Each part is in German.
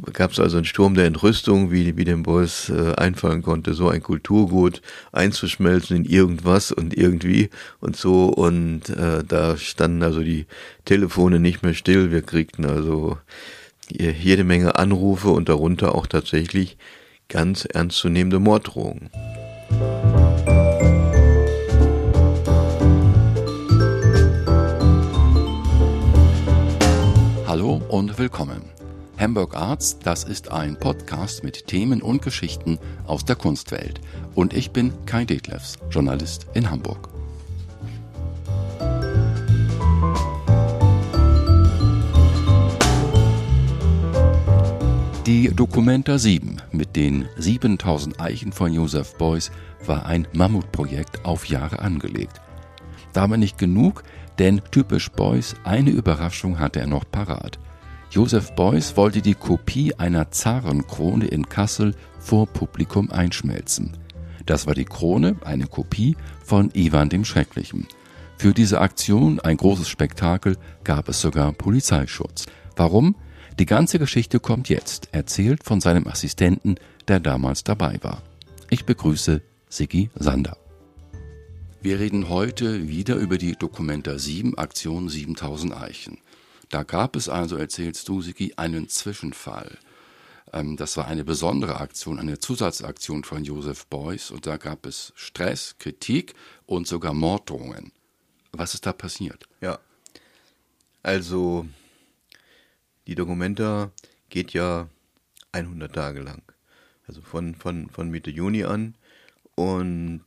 gab es also einen Sturm der Entrüstung, wie dem Beuys einfallen konnte, so ein Kulturgut einzuschmelzen in irgendwas und irgendwie und so. Und da standen also die Telefone nicht mehr still. Wir kriegten also jede Menge Anrufe und darunter auch tatsächlich ganz ernstzunehmende Morddrohungen. Hallo und willkommen. Hamburg Arts, das ist ein Podcast mit Themen und Geschichten aus der Kunstwelt. Und ich bin Kai Detlefs, Journalist in Hamburg. Die Documenta 7 mit den 7000 Eichen von Joseph Beuys war ein Mammutprojekt auf Jahre angelegt. Damit nicht genug, denn typisch Beuys, eine Überraschung hatte er noch parat. Joseph Beuys wollte die Kopie einer Zarenkrone in Kassel vor Publikum einschmelzen. Das war die Krone, eine Kopie von Ivan dem Schrecklichen. Für diese Aktion, ein großes Spektakel, gab es sogar Polizeischutz. Warum? Die ganze Geschichte kommt jetzt, erzählt von seinem Assistenten, der damals dabei war. Ich begrüße Sigi Sander. Wir reden heute wieder über die Documenta 7, Aktion 7000 Eichen. Da gab es also, erzählst du, Sigi, einen Zwischenfall. Das war eine besondere Aktion, eine Zusatzaktion von Joseph Beuys und da gab es Stress, Kritik und sogar Morddrohungen. Was ist da passiert? Ja, also die Documenta geht ja 100 Tage lang, also von Mitte Juni an und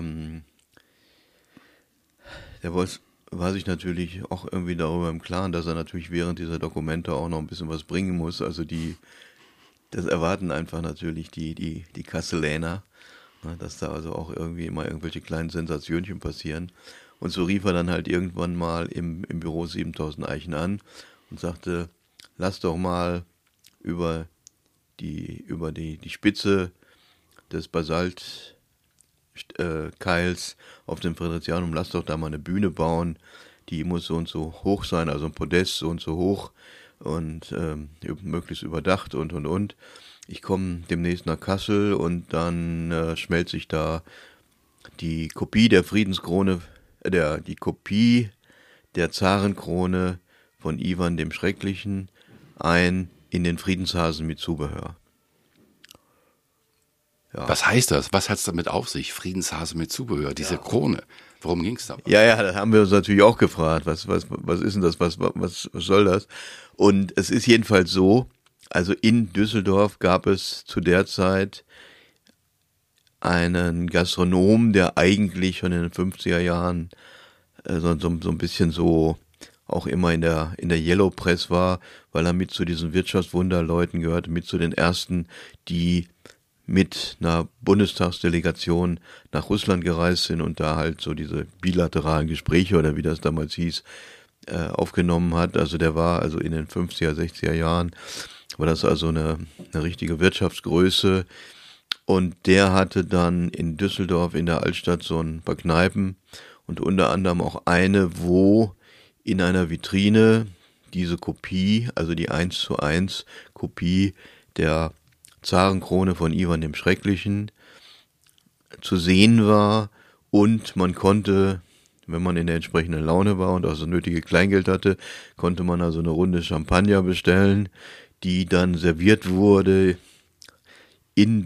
der Beuys war sich natürlich auch irgendwie darüber im Klaren, dass er natürlich während dieser Documenta auch noch ein bisschen was bringen muss. Also das erwarten einfach natürlich die Kasseläner, dass da also auch irgendwie immer irgendwelche kleinen Sensationchen passieren. Und so rief er dann halt irgendwann mal im Büro 7000 Eichen an und sagte, lass doch mal über die Spitze des Basaltkeils auf dem Fridericianum, lass doch da mal eine Bühne bauen, die muss so und so hoch sein, also ein Podest so und so hoch und möglichst überdacht und. Ich komme demnächst nach Kassel und dann schmelze ich da die Kopie der Friedenskrone, die Kopie der Zarenkrone von Ivan dem Schrecklichen ein in den Friedenshasen mit Zubehör. Ja. Was heißt das? Was hat es damit auf sich? Friedenshase mit Zubehör, diese Krone. Worum ging es da? Ja, das haben wir uns natürlich auch gefragt. Was ist denn das? Was soll das? Und es ist jedenfalls so, also in Düsseldorf gab es zu der Zeit einen Gastronom, der eigentlich schon in den 50er Jahren so ein bisschen so auch immer in der Yellow Press war, weil er mit zu diesen Wirtschaftswunderleuten gehörte, mit zu den ersten, die mit einer Bundestagsdelegation nach Russland gereist sind und da halt so diese bilateralen Gespräche oder wie das damals hieß, aufgenommen hat. Also der war also in den 50er, 60er Jahren, war das also eine richtige Wirtschaftsgröße und der hatte dann in Düsseldorf in der Altstadt so ein paar Kneipen und unter anderem auch eine, wo in einer Vitrine diese Kopie, also die 1:1 Kopie der Zarenkrone von Ivan dem Schrecklichen zu sehen war und man konnte, wenn man in der entsprechenden Laune war und auch so nötige Kleingeld hatte, konnte man also eine Runde Champagner bestellen, die dann serviert wurde in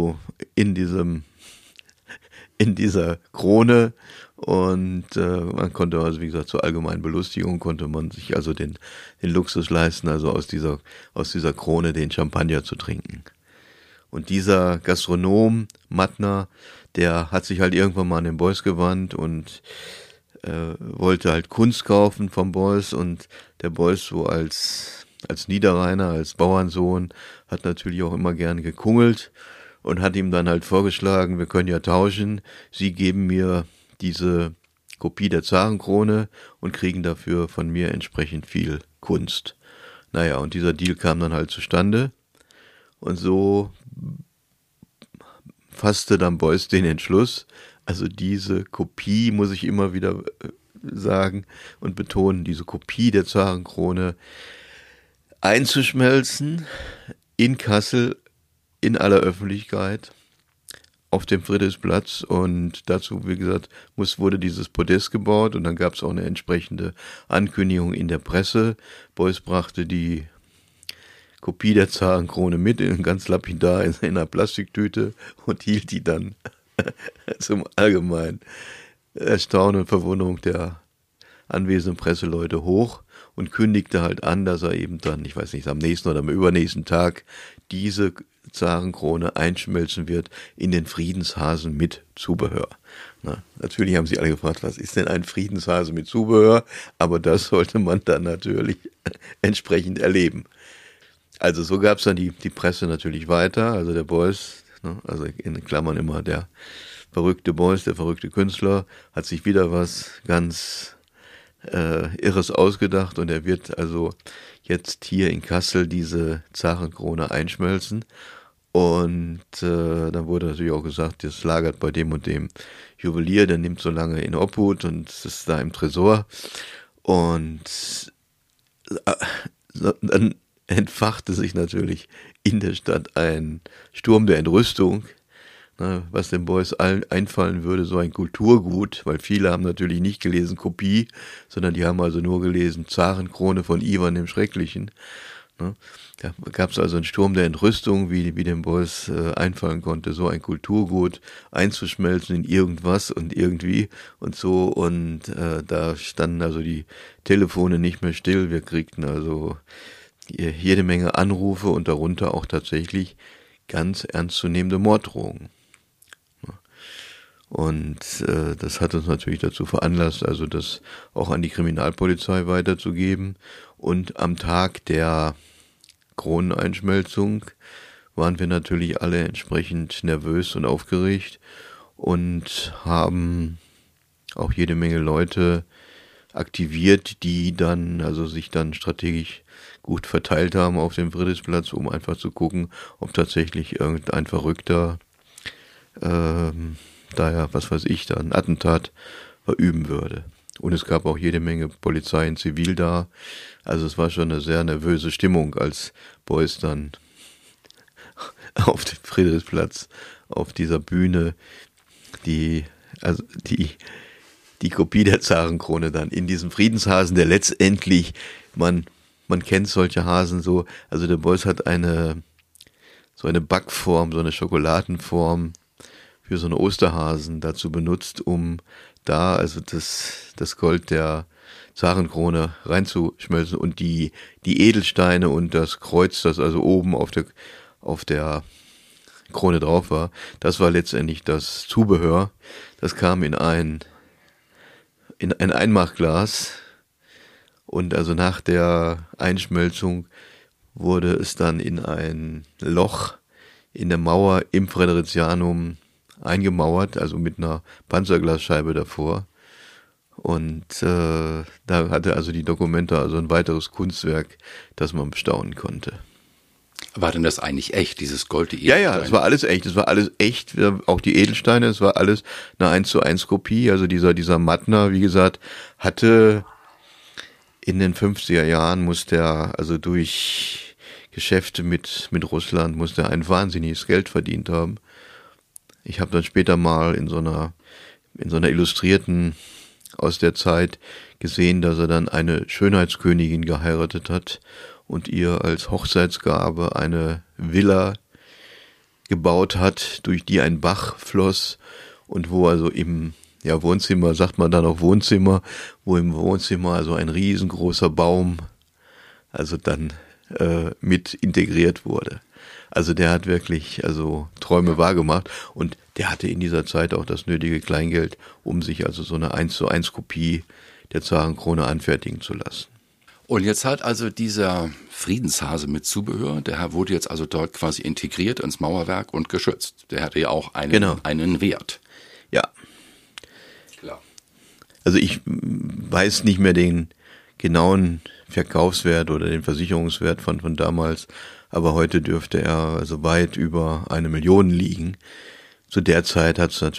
dieser Krone und man konnte also, wie gesagt, zur allgemeinen Belustigung konnte man sich also den Luxus leisten, also aus dieser Krone den Champagner zu trinken. Und dieser Gastronom, Mattner, der hat sich halt irgendwann mal an den Beuys gewandt und wollte halt Kunst kaufen vom Beuys und der Beuys so als Niederrheiner, als Bauernsohn, hat natürlich auch immer gern gekungelt und hat ihm dann halt vorgeschlagen, wir können ja tauschen, Sie geben mir diese Kopie der Zarenkrone und kriegen dafür von mir entsprechend viel Kunst. Naja, und dieser Deal kam dann halt zustande und so fasste dann Beuys den Entschluss, also diese Kopie, muss ich immer wieder sagen und betonen, diese Kopie der Zarenkrone einzuschmelzen in Kassel in aller Öffentlichkeit auf dem Friedrichsplatz, und dazu, wie gesagt, wurde dieses Podest gebaut, und dann gab es auch eine entsprechende Ankündigung in der Presse. Beuys brachte die Kopie der Zarenkrone mit, ganz lapidar in einer Plastiktüte, und hielt die dann zum allgemeinen Erstaunen und Verwunderung der anwesenden Presseleute hoch und kündigte halt an, dass er eben dann, ich weiß nicht, am nächsten oder am übernächsten Tag diese Zarenkrone einschmelzen wird in den Friedenshasen mit Zubehör. Na, natürlich haben sie alle gefragt, was ist denn ein Friedenshase mit Zubehör? Aber das sollte man dann natürlich entsprechend erleben. Also so gab es dann die Presse natürlich weiter, also der Beuys, ne, also in Klammern immer der verrückte Beuys, der verrückte Künstler, hat sich wieder was ganz Irres ausgedacht, und er wird also jetzt hier in Kassel diese Zarenkrone einschmelzen. Und dann wurde natürlich auch gesagt, das lagert bei dem und dem Juwelier, der nimmt so lange in Obhut und ist da im Tresor. Und dann entfachte sich natürlich in der Stadt ein Sturm der Entrüstung, was dem Beuys allen einfallen würde, so ein Kulturgut, weil viele haben natürlich nicht gelesen Kopie, sondern die haben also nur gelesen Zarenkrone von Iwan dem Schrecklichen. Da gab es also einen Sturm der Entrüstung, wie dem Beuys einfallen konnte, so ein Kulturgut einzuschmelzen in irgendwas und irgendwie und so, und da standen also die Telefone nicht mehr still, wir kriegten also jede Menge Anrufe und darunter auch tatsächlich ganz ernstzunehmende Morddrohungen. Und das hat uns natürlich dazu veranlasst, also das auch an die Kriminalpolizei weiterzugeben. Und am Tag der Kroneneinschmelzung waren wir natürlich alle entsprechend nervös und aufgeregt und haben auch jede Menge Leute aktiviert, die dann, also sich dann strategisch gut verteilt haben auf dem Friedrichsplatz, um einfach zu gucken, ob tatsächlich irgendein Verrückter daher, was weiß ich, da ein Attentat verüben würde. Und es gab auch jede Menge Polizei in Zivil da. Also es war schon eine sehr nervöse Stimmung, als Beuys dann auf dem Friedrichsplatz, auf dieser Bühne, die Kopie der Zarenkrone dann in diesem Friedenshasen, der letztendlich, man kennt solche Hasen so, also der Beuys hat so eine Backform, so eine Schokoladenform für so eine Osterhasen dazu benutzt, um da also das Gold der Zarenkrone reinzuschmelzen, und die Edelsteine und das Kreuz, das also oben auf der Krone drauf war, das war letztendlich das Zubehör. Das kam in ein Einmachglas, und also nach der Einschmelzung wurde es dann in ein Loch in der Mauer im Friderizianum eingemauert, also mit einer Panzerglasscheibe davor. Und da hatte also die Dokumenta also ein weiteres Kunstwerk, das man bestaunen konnte. War denn das eigentlich echt, dieses Gold, die Edelsteine? Ja, es war alles echt. Es war alles echt, auch die Edelsteine, es war alles eine 1:1 Kopie. Also dieser Mattner, wie gesagt, hatte in den 50er Jahren, musste er also durch Geschäfte mit Russland, musste er ein wahnsinniges Geld verdient haben. Ich habe dann später mal in so einer Illustrierten aus der Zeit gesehen, dass er dann eine Schönheitskönigin geheiratet hat und ihr als Hochzeitsgabe eine Villa gebaut hat, durch die ein Bach floss, und wo also im Wohnzimmer, sagt man dann auch Wohnzimmer, wo im Wohnzimmer also ein riesengroßer Baum also dann mit integriert wurde. Also der hat wirklich also Träume wahrgemacht, und der hatte in dieser Zeit auch das nötige Kleingeld, um sich also so eine 1:1 Kopie der Zarenkrone anfertigen zu lassen. Und jetzt hat also dieser Friedenshase mit Zubehör, der wurde jetzt also dort quasi integriert ins Mauerwerk und geschützt. Der hatte ja auch einen Wert. Ja. Klar. Also ich weiß nicht mehr den genauen Verkaufswert oder den Versicherungswert von damals, aber heute dürfte er also weit über 1 Million liegen. Zu der Zeit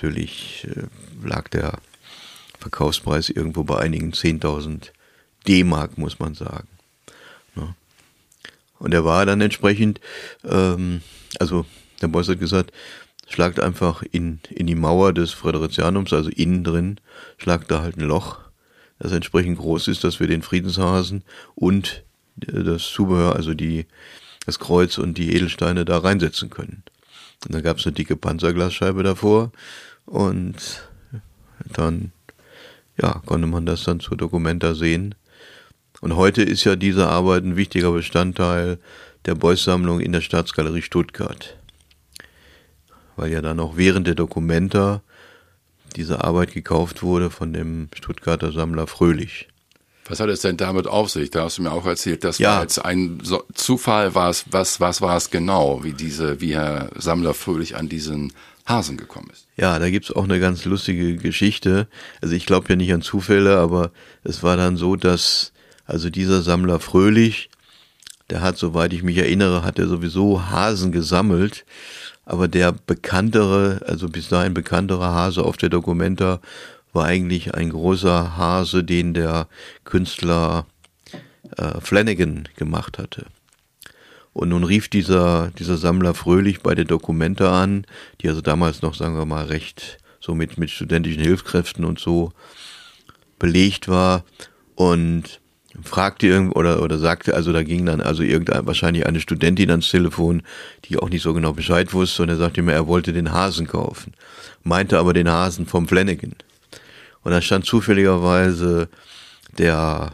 lag der Verkaufspreis irgendwo bei einigen 10.000 D-Mark, muss man sagen. Und er war dann entsprechend, also der Beuys hat gesagt, schlagt einfach in die Mauer des Friderizianums, also innen drin, schlagt da halt ein Loch, das entsprechend groß ist, dass wir den Friedenshasen und das Zubehör, also das Kreuz und die Edelsteine da reinsetzen können. Und dann gab es eine dicke Panzerglasscheibe davor und dann konnte man das dann zur Documenta sehen. Und heute ist ja diese Arbeit ein wichtiger Bestandteil der Beuys-Sammlung in der Staatsgalerie Stuttgart. Weil ja dann auch während der Documenta diese Arbeit gekauft wurde von dem Stuttgarter Sammler Fröhlich. Was hat es denn damit auf sich? Da hast du mir auch erzählt, das war jetzt ein Zufall. Was war es genau, wie Herr Sammler Fröhlich an diesen Hasen gekommen ist? Ja, da gibt's auch eine ganz lustige Geschichte. Also ich glaube ja nicht an Zufälle, aber es war dann so, dass also dieser Sammler Fröhlich, der hat, soweit ich mich erinnere, hat er sowieso Hasen gesammelt, aber der bekanntere, also bis dahin bekanntere Hase auf der Documenta war eigentlich ein großer Hase, den der Künstler Flanagan gemacht hatte. Und nun rief dieser Sammler Fröhlich bei der Documenta an, die also damals noch, sagen wir mal, recht so mit studentischen Hilfskräften und so belegt war, und fragte oder sagte, also da ging dann also wahrscheinlich eine Studentin ans Telefon, die auch nicht so genau Bescheid wusste, und er sagte mir, er wollte den Hasen kaufen, meinte aber den Hasen vom Flanagan. Und da stand zufälligerweise der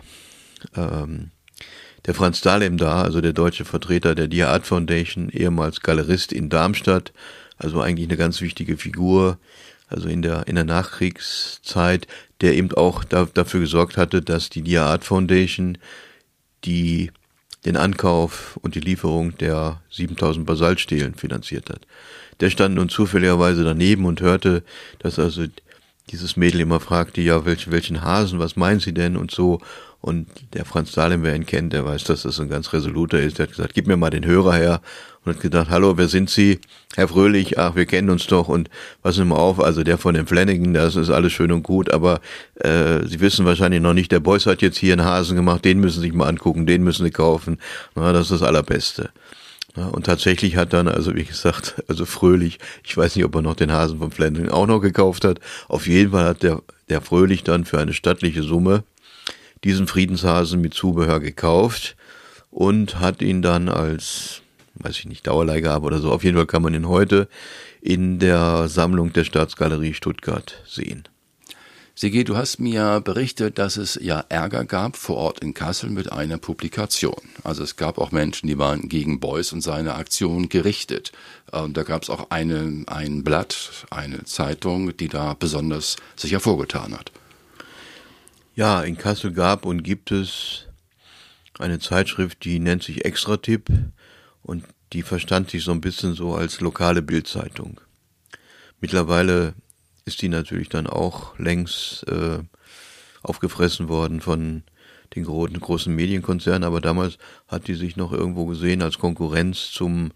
Franz Dahlem da, also der deutsche Vertreter der Dia Art Foundation, ehemals Galerist in Darmstadt, also eigentlich eine ganz wichtige Figur, also in der Nachkriegszeit, der eben auch dafür gesorgt hatte, dass die Dia Art Foundation den Ankauf und die Lieferung der 7000 Basaltstelen finanziert hat. Der stand nun zufälligerweise daneben und hörte, dass also dieses Mädel immer fragte, ja, welchen Hasen, was meinen Sie denn und so. Und der Franz Dahlem, wer ihn kennt, der weiß, dass das ein ganz resoluter ist. Der hat gesagt, gib mir mal den Hörer her. Und hat gedacht, hallo, wer sind Sie? Herr Fröhlich, ach, wir kennen uns doch. Und passen Sie mal auf, also der von dem Flanagan, das ist alles schön und gut, aber Sie wissen wahrscheinlich noch nicht, der Beuys hat jetzt hier einen Hasen gemacht, den müssen Sie sich mal angucken, den müssen Sie kaufen. Na, das ist das Allerbeste. Ja, und tatsächlich hat dann, also wie gesagt, also Fröhlich, ich weiß nicht, ob er noch den Hasen von Flanagan auch noch gekauft hat. Auf jeden Fall hat der Fröhlich dann für eine stattliche Summe diesen Friedenshasen mit Zubehör gekauft und hat ihn dann als, weiß ich nicht, Dauerleihgabe oder so, auf jeden Fall kann man ihn heute in der Sammlung der Staatsgalerie Stuttgart sehen. Sigi, du hast mir berichtet, dass es ja Ärger gab vor Ort in Kassel mit einer Publikation. Also es gab auch Menschen, die waren gegen Beuys und seine Aktion gerichtet. Und da gab es auch ein Blatt, eine Zeitung, die da besonders sich hervorgetan hat. Ja, in Kassel gab und gibt es eine Zeitschrift, die nennt sich Extratipp und die verstand sich so ein bisschen so als lokale Bildzeitung. Mittlerweile ist die natürlich dann auch längst aufgefressen worden von den großen Medienkonzernen, aber damals hat die sich noch irgendwo gesehen als Konkurrenz zur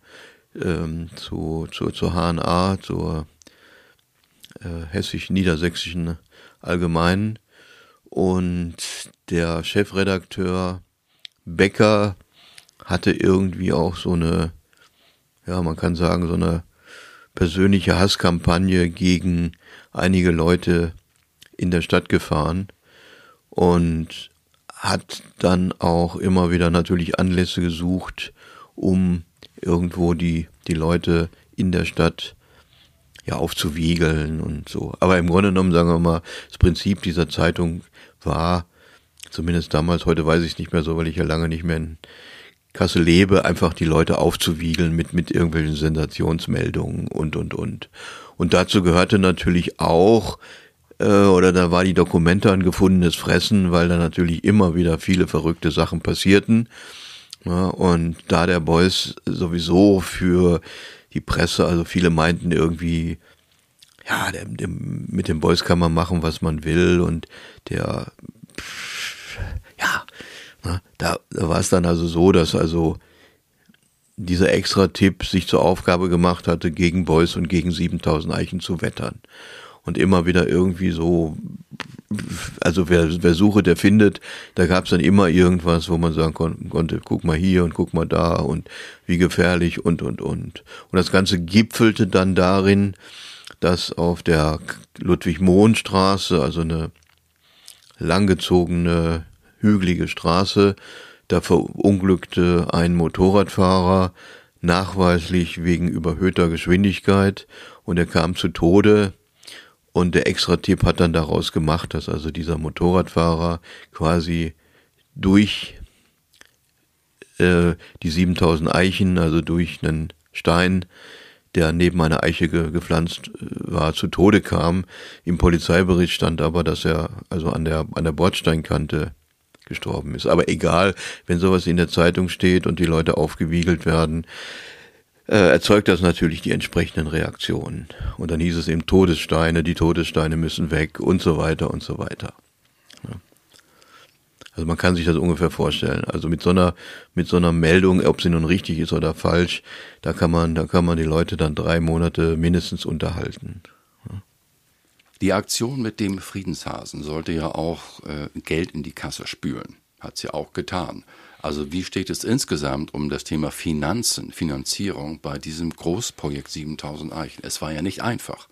HNA, zur hessisch-niedersächsischen Allgemeinen. Und der Chefredakteur Becker hatte irgendwie auch so eine, ja, man kann sagen, so eine persönliche Hasskampagne gegen einige Leute in der Stadt gefahren und hat dann auch immer wieder natürlich Anlässe gesucht, um irgendwo die Leute in der Stadt ja aufzuwiegeln und so. Aber im Grunde genommen, sagen wir mal, das Prinzip dieser Zeitung war, zumindest damals, heute weiß ich es nicht mehr so, weil ich ja lange nicht mehr in Kassel lebe, einfach die Leute aufzuwiegeln mit irgendwelchen Sensationsmeldungen und. Und dazu gehörte natürlich auch, da war die Documenta ein gefundenes Fressen, weil da natürlich immer wieder viele verrückte Sachen passierten. Ja, und da der Beuys sowieso für die Presse, also viele meinten irgendwie, ja, mit dem Beuys kann man machen, was man will, und da war es dann also so, dass also dieser Extra-Tipp sich zur Aufgabe gemacht hatte, gegen Beuys und gegen 7000 Eichen zu wettern. Und immer wieder irgendwie so also wer suche, der findet. Da gab es dann immer irgendwas, wo man sagen konnte, guck mal hier und guck mal da und wie gefährlich und. Und das Ganze gipfelte dann darin, dass auf der Ludwig-Mohn-Straße, also eine langgezogene, hügelige Straße, da verunglückte ein Motorradfahrer nachweislich wegen überhöhter Geschwindigkeit und er kam zu Tode. Und der Extra-Tipp hat dann daraus gemacht, dass also dieser Motorradfahrer quasi durch die 7000 Eichen, also durch einen Stein, der neben einer Eiche gepflanzt war, zu Tode kam. Im Polizeibericht stand aber, dass er also an der Bordsteinkante gestorben ist. Aber egal, wenn sowas in der Zeitung steht und die Leute aufgewiegelt werden, erzeugt das natürlich die entsprechenden Reaktionen. Und dann hieß es eben die Todessteine müssen weg und so weiter und so weiter. Ja. Also man kann sich das ungefähr vorstellen. Also mit so einer Meldung, ob sie nun richtig ist oder falsch, da kann man die Leute dann 3 Monate mindestens unterhalten. Ja. Die Aktion mit dem Friedenshasen sollte ja auch Geld in die Kasse spülen. Hat sie auch getan. Also wie steht es insgesamt um das Thema Finanzierung bei diesem Großprojekt 7000 Eichen? Es war ja nicht einfach.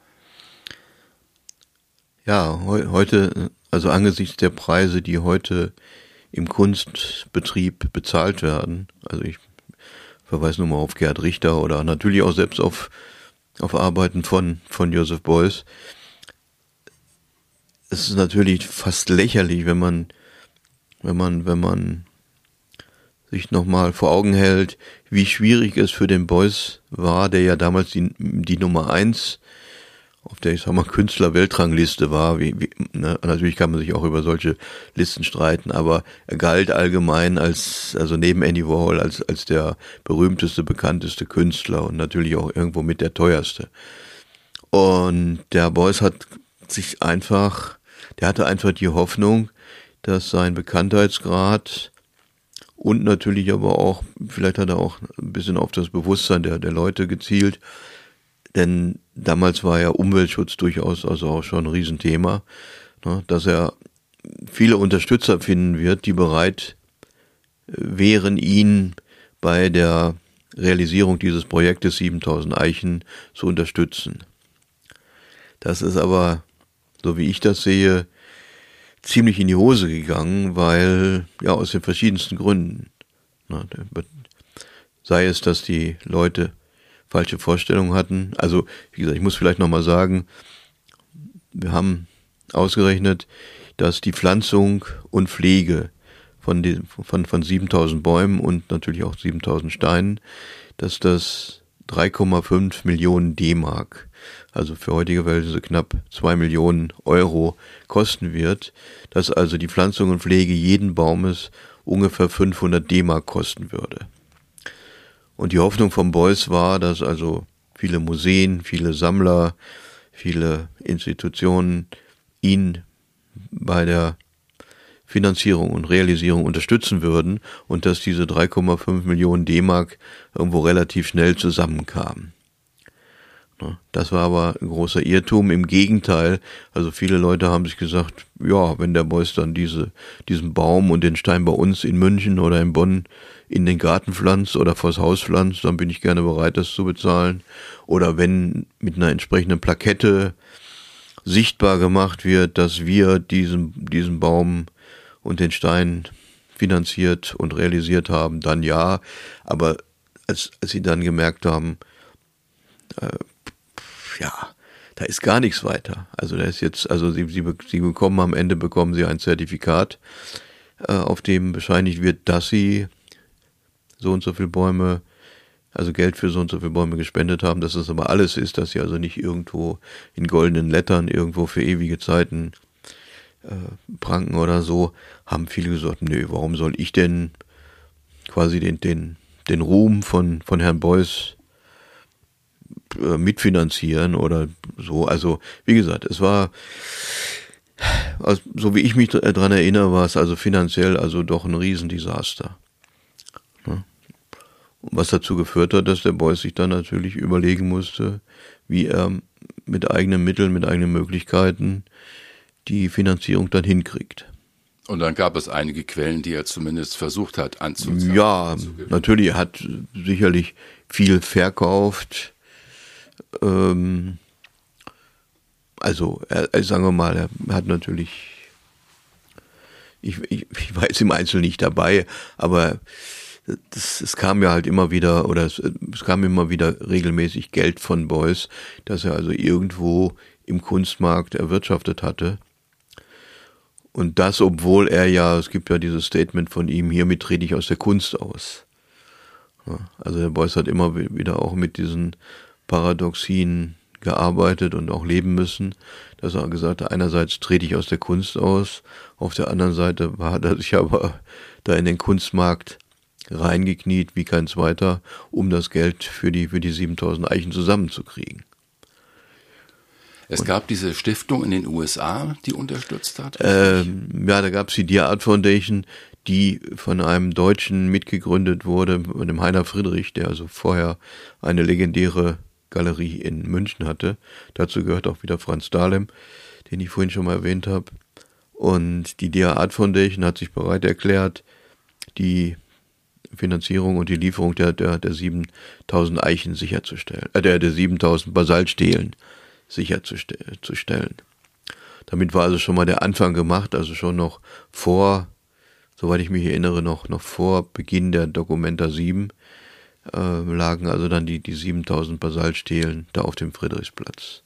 Ja, heute, also angesichts der Preise, die heute im Kunstbetrieb bezahlt werden, also ich verweise nur mal auf Gerhard Richter oder natürlich auch selbst auf Arbeiten von Joseph Beuys. Es ist natürlich fast lächerlich, wenn man sich nochmal vor Augen hält, wie schwierig es für den Beuys war, der ja damals die Nummer 1 auf der, ich sag mal, Künstler-Weltrangliste war. Ne? Natürlich kann man sich auch über solche Listen streiten, aber er galt allgemein also neben Andy Warhol als der berühmteste, bekannteste Künstler und natürlich auch irgendwo mit der teuerste. Und der Beuys hatte einfach die Hoffnung, dass sein Bekanntheitsgrad und natürlich aber auch, vielleicht hat er auch ein bisschen auf das Bewusstsein der Leute gezielt, denn damals war ja Umweltschutz durchaus also auch schon ein Riesenthema, ne, dass er viele Unterstützer finden wird, die bereit wären, ihn bei der Realisierung dieses Projektes 7000 Eichen zu unterstützen. Das ist aber, so wie ich das sehe, ziemlich in die Hose gegangen, weil, ja, aus den verschiedensten Gründen. Sei es, dass die Leute falsche Vorstellungen hatten. Also, wie gesagt, ich muss vielleicht nochmal sagen, wir haben ausgerechnet, dass die Pflanzung und Pflege von 7000 Bäumen und natürlich auch 7000 Steinen, dass das 3,5 Millionen D-Mark, also für heutige Verhältnisse knapp 2 Millionen Euro kosten wird, dass also die Pflanzung und Pflege jeden Baumes ungefähr 500 D-Mark kosten würde. Und die Hoffnung von Beuys war, dass also viele Museen, viele Sammler, viele Institutionen ihn bei der Finanzierung und Realisierung unterstützen würden und dass diese 3,5 Millionen D-Mark irgendwo relativ schnell zusammenkamen. Das war aber ein großer Irrtum. Im Gegenteil, also viele Leute haben sich gesagt, ja, wenn der Beuys dann diesen Baum und den Stein bei uns in München oder in Bonn in den Garten pflanzt oder vors Haus pflanzt, dann bin ich gerne bereit, das zu bezahlen. Oder wenn mit einer entsprechenden Plakette sichtbar gemacht wird, dass wir diesen Baum und den Stein finanziert und realisiert haben, dann ja. Aber als sie dann gemerkt haben, da ist gar nichts weiter. Also da ist jetzt, also sie bekommen am Ende ein Zertifikat, auf dem bescheinigt wird, dass sie so und so viele Bäume, also Geld für so und so viele Bäume gespendet haben, dass das aber alles ist, dass sie also nicht irgendwo in goldenen Lettern irgendwo für ewige Zeiten pranken oder so, haben viele gesagt, nö, warum soll ich denn quasi den Ruhm von Herrn Beuys mitfinanzieren oder so. Also wie gesagt, es war, so wie ich mich daran erinnere, war es also finanziell also doch ein Riesendesaster. Was dazu geführt hat, dass der Beuys sich dann natürlich überlegen musste, wie er mit eigenen Mitteln, mit eigenen Möglichkeiten die Finanzierung dann hinkriegt. Und dann gab es einige Quellen, die er zumindest versucht hat anzuzeigen. Ja, natürlich, er hat sicherlich viel verkauft. Also, sagen wir mal, er hat natürlich, ich war jetzt im Einzelnen nicht dabei, aber es kam ja halt immer wieder, oder es kam immer wieder regelmäßig Geld von Beuys, das er also irgendwo im Kunstmarkt erwirtschaftet hatte. Und das, obwohl er ja, es gibt ja dieses Statement von ihm, hiermit trete ich aus der Kunst aus. Ja, also der Beuys hat immer wieder auch mit diesen Paradoxien gearbeitet und auch leben müssen, dass er gesagt hat, einerseits trete ich aus der Kunst aus, auf der anderen Seite hat er sich aber da in den Kunstmarkt reingekniet wie kein zweiter, um das Geld für die 7000 Eichen zusammenzukriegen. Es gab diese Stiftung in den USA, die unterstützt hat? Ja, da gab es die Dear Art Foundation, die von einem Deutschen mitgegründet wurde, von dem Heiner Friedrich, der also vorher eine legendäre Galerie in München hatte. Dazu gehört auch wieder Franz Dahlem, den ich vorhin schon mal erwähnt habe. Und die Dear Art Foundation hat sich bereit erklärt, die Finanzierung und die Lieferung der 7000 Eichen sicherzustellen, der 7000 Basaltstelen sicherzustellen. Damit war also schon mal der Anfang gemacht, also schon noch vor, soweit ich mich erinnere, noch vor Beginn der Documenta 7 lagen also dann die 7000 Basaltstelen da auf dem Friedrichsplatz.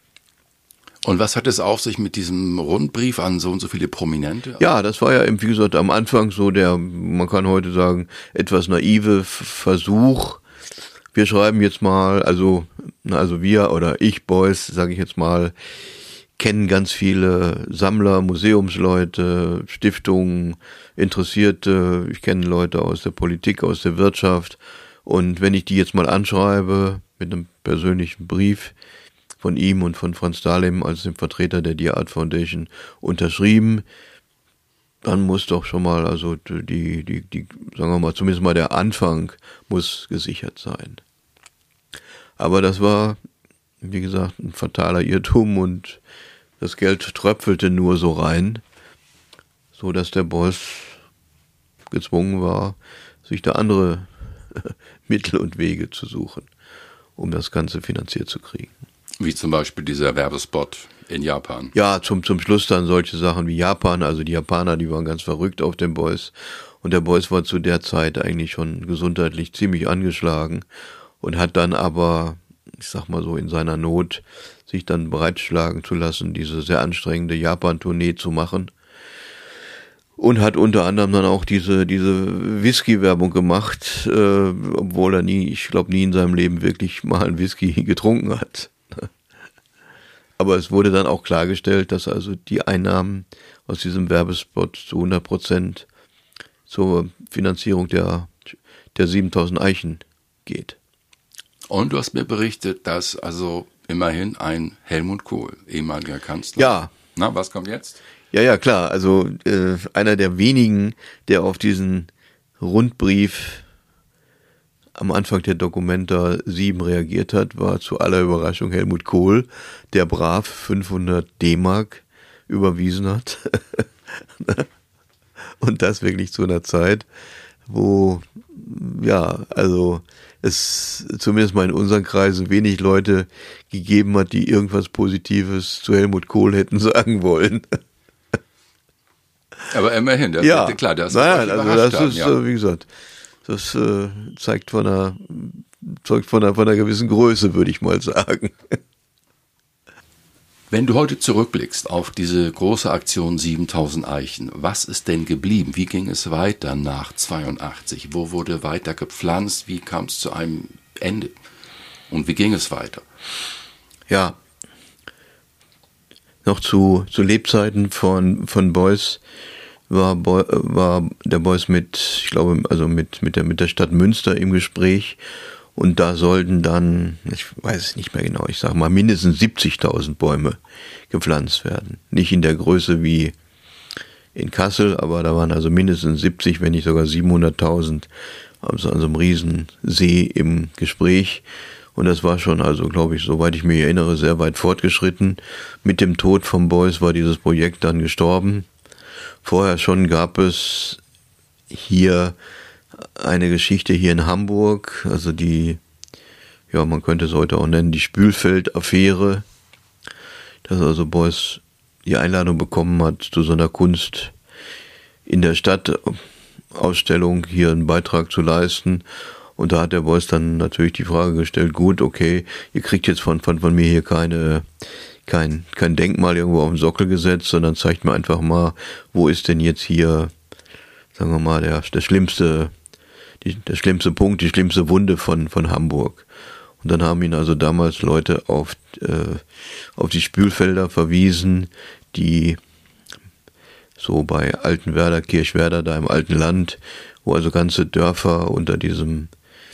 Und was hat es auf sich mit diesem Rundbrief an so und so viele Prominente? Ja, das war ja, wie gesagt, am Anfang so der, man kann heute sagen, etwas naive Versuch. Wir schreiben jetzt mal, also wir oder ich, Beuys, sage ich jetzt mal, kennen ganz viele Sammler, Museumsleute, Stiftungen, Interessierte. Ich kenne Leute aus der Politik, aus der Wirtschaft. Und wenn ich die jetzt mal anschreibe mit einem persönlichen Brief von ihm und von Franz Dahlem als dem Vertreter der Dear Art Foundation unterschrieben, dann muss doch schon mal, also die sagen wir mal, zumindest mal der Anfang muss gesichert sein. Aber das war, wie gesagt, ein fataler Irrtum und das Geld tröpfelte nur so rein, so dass der Beuys gezwungen war, sich da andere Mittel und Wege zu suchen, um das Ganze finanziert zu kriegen. Wie zum Beispiel dieser Werbespot in Japan. Ja, zum Schluss dann solche Sachen wie Japan, also die Japaner, die waren ganz verrückt auf den Beuys und der Beuys war zu der Zeit eigentlich schon gesundheitlich ziemlich angeschlagen und hat dann aber, ich sag mal so, in seiner Not sich dann bereitschlagen zu lassen, diese sehr anstrengende Japan-Tournee zu machen. Und hat unter anderem dann auch diese Whisky-Werbung gemacht, obwohl er ich glaube nie in seinem Leben wirklich mal einen Whisky getrunken hat. Aber es wurde dann auch klargestellt, dass also die Einnahmen aus diesem Werbespot zu 100% zur Finanzierung der 7000 Eichen geht. Und du hast mir berichtet, dass also immerhin ein Helmut Kohl, ehemaliger Kanzler. Ja. Na, was kommt jetzt? Ja, klar. Also einer der wenigen, der auf diesen Rundbrief am Anfang der Documenta 7 reagiert hat, war zu aller Überraschung Helmut Kohl, der brav 500 D-Mark überwiesen hat. Und das wirklich zu einer Zeit, wo, ja, also es zumindest mal in unseren Kreisen wenig Leute gegeben hat, die irgendwas Positives zu Helmut Kohl hätten sagen wollen. Aber immerhin, das ja, klar, das ist wie gesagt, das zeugt von einer gewissen Größe, würde ich mal sagen. Wenn du heute zurückblickst auf diese große Aktion 7000 Eichen, was ist denn geblieben? Wie ging es weiter nach 82? Wo wurde weiter gepflanzt? Wie kam es zu einem Ende? Und wie ging es weiter? Ja, noch zu Lebzeiten von Beuys war der Beuys mit der Stadt Münster im Gespräch und da sollten dann, ich weiß es nicht mehr genau, ich sage mal mindestens 70.000 Bäume gepflanzt werden. Nicht in der Größe wie in Kassel, aber da waren also mindestens 70, wenn nicht sogar 700.000, also an so einem riesen See im Gespräch. Und das war schon, also glaube ich, soweit ich mich erinnere, sehr weit fortgeschritten. Mit dem Tod von Beuys war dieses Projekt dann gestorben. Vorher schon gab es hier eine Geschichte hier in Hamburg, also die, ja, man könnte es heute auch nennen, die Spülfeld-Affäre, dass also Beuys die Einladung bekommen hat, zu so einer Kunst in der Stadtausstellung hier einen Beitrag zu leisten. Und da hat der Beuys dann natürlich die Frage gestellt, gut, okay, ihr kriegt jetzt von mir hier kein Denkmal irgendwo auf den Sockel gesetzt, sondern zeigt mir einfach mal, wo ist denn jetzt hier, sagen wir mal, der schlimmste Punkt, die schlimmste Wunde von Hamburg. Und dann haben ihn also damals Leute auf die Spülfelder verwiesen, die so bei Altenwerder, Kirchwerder, da im alten Land, wo also ganze Dörfer unter diesem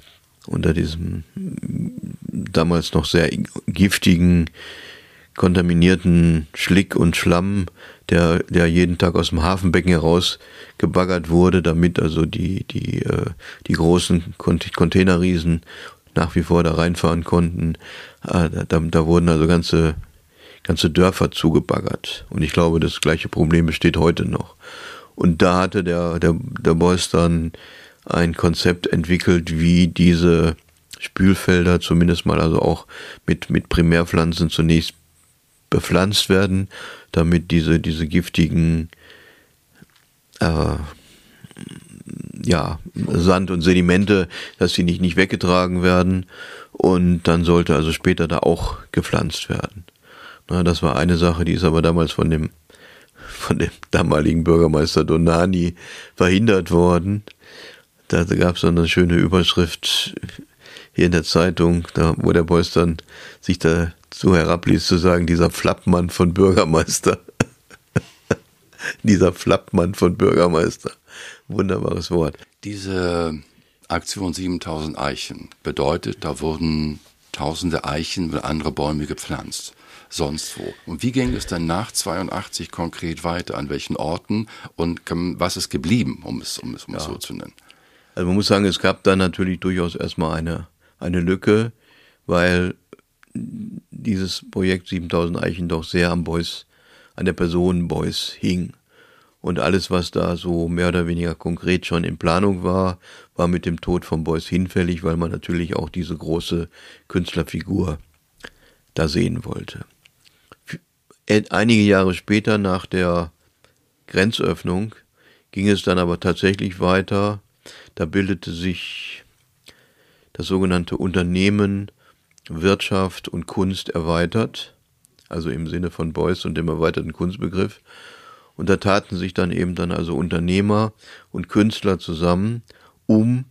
damals noch sehr giftigen, kontaminierten Schlick und Schlamm, der jeden Tag aus dem Hafenbecken heraus gebaggert wurde, damit also die großen Containerriesen nach wie vor da reinfahren konnten. Da wurden also ganze Dörfer zugebaggert. Und ich glaube, das gleiche Problem besteht heute noch. Und da hatte der Beuys dann ein Konzept entwickelt, wie diese Spülfelder zumindest mal also auch mit Primärpflanzen zunächst bepflanzt werden, damit diese giftigen Sand und Sedimente, dass sie nicht weggetragen werden, und dann sollte also später da auch gepflanzt werden. Na, das war eine Sache, die ist aber damals von dem damaligen Bürgermeister Donani verhindert worden. Da gab es dann eine schöne Überschrift hier in der Zeitung, wo der Beuys dann sich dazu herabließ zu sagen, dieser Flappmann von Bürgermeister. Dieser Flappmann von Bürgermeister. Wunderbares Wort. Diese Aktion 7000 Eichen bedeutet, da wurden tausende Eichen und andere Bäume gepflanzt. Sonst wo. Und wie ging es dann nach 82 konkret weiter? An welchen Orten? Und was ist geblieben, um es so zu nennen? Also man muss sagen, es gab da natürlich durchaus erstmal eine Lücke, weil dieses Projekt 7000 Eichen doch sehr an der Person Beuys hing. Und alles, was da so mehr oder weniger konkret schon in Planung war mit dem Tod von Beuys hinfällig, weil man natürlich auch diese große Künstlerfigur da sehen wollte. Einige Jahre später, nach der Grenzöffnung, ging es dann aber tatsächlich weiter. Da bildete sich das sogenannte Unternehmen Wirtschaft und Kunst erweitert, also im Sinne von Beuys und dem erweiterten Kunstbegriff. Und da taten sich dann also Unternehmer und Künstler zusammen, um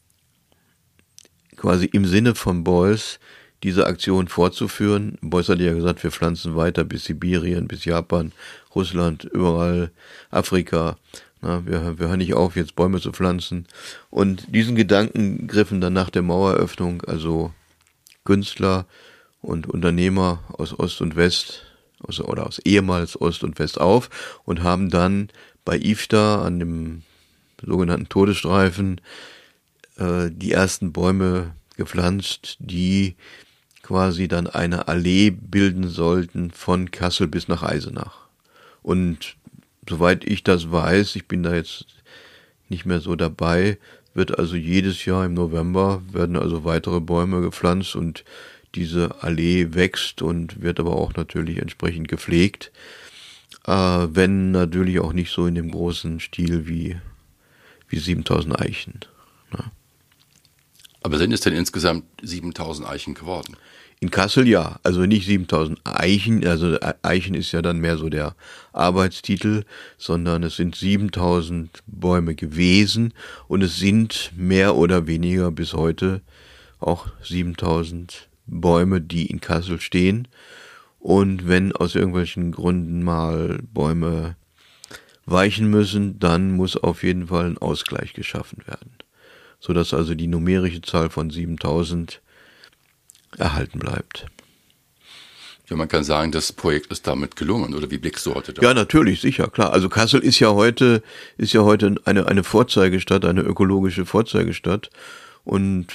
quasi im Sinne von Beuys diese Aktion fortzuführen. Beuys hat ja gesagt, wir pflanzen weiter bis Sibirien, bis Japan, Russland, überall, Afrika. Na, wir hören nicht auf, jetzt Bäume zu pflanzen. Und diesen Gedanken griffen dann nach der Maueröffnung also Künstler und Unternehmer aus Ost und West, oder aus ehemals Ost und West auf, und haben dann bei Iftar an dem sogenannten Todesstreifen die ersten Bäume gepflanzt, die quasi dann eine Allee bilden sollten von Kassel bis nach Eisenach. Und soweit ich das weiß, ich bin da jetzt nicht mehr so dabei, wird also jedes Jahr im November werden also weitere Bäume gepflanzt, und diese Allee wächst und wird aber auch natürlich entsprechend gepflegt, wenn natürlich auch nicht so in dem großen Stil wie 7000 Eichen. Ne? Aber sind es denn insgesamt 7000 Eichen geworden? In Kassel ja, also nicht 7000 Eichen, also Eichen ist ja dann mehr so der Arbeitstitel, sondern es sind 7000 Bäume gewesen, und es sind mehr oder weniger bis heute auch 7000 Bäume, die in Kassel stehen. Und wenn aus irgendwelchen Gründen mal Bäume weichen müssen, dann muss auf jeden Fall ein Ausgleich geschaffen werden, sodass also die numerische Zahl von 7000 erhalten bleibt. Ja, man kann sagen, das Projekt ist damit gelungen, oder wie blickst du heute da? Ja, natürlich, sicher, klar. Also Kassel ist ja heute eine Vorzeigestadt, eine ökologische Vorzeigestadt, und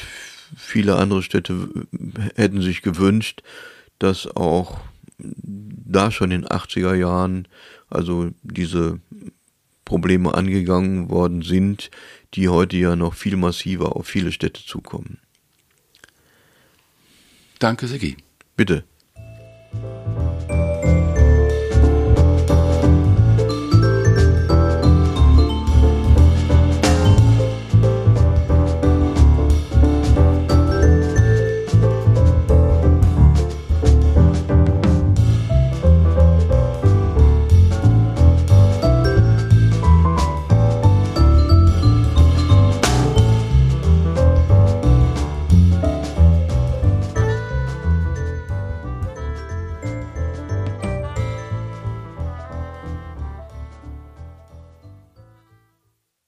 viele andere Städte hätten sich gewünscht, dass auch da schon in den 80er Jahren also diese Probleme angegangen worden sind, die heute ja noch viel massiver auf viele Städte zukommen. Danke, Sigi. Bitte.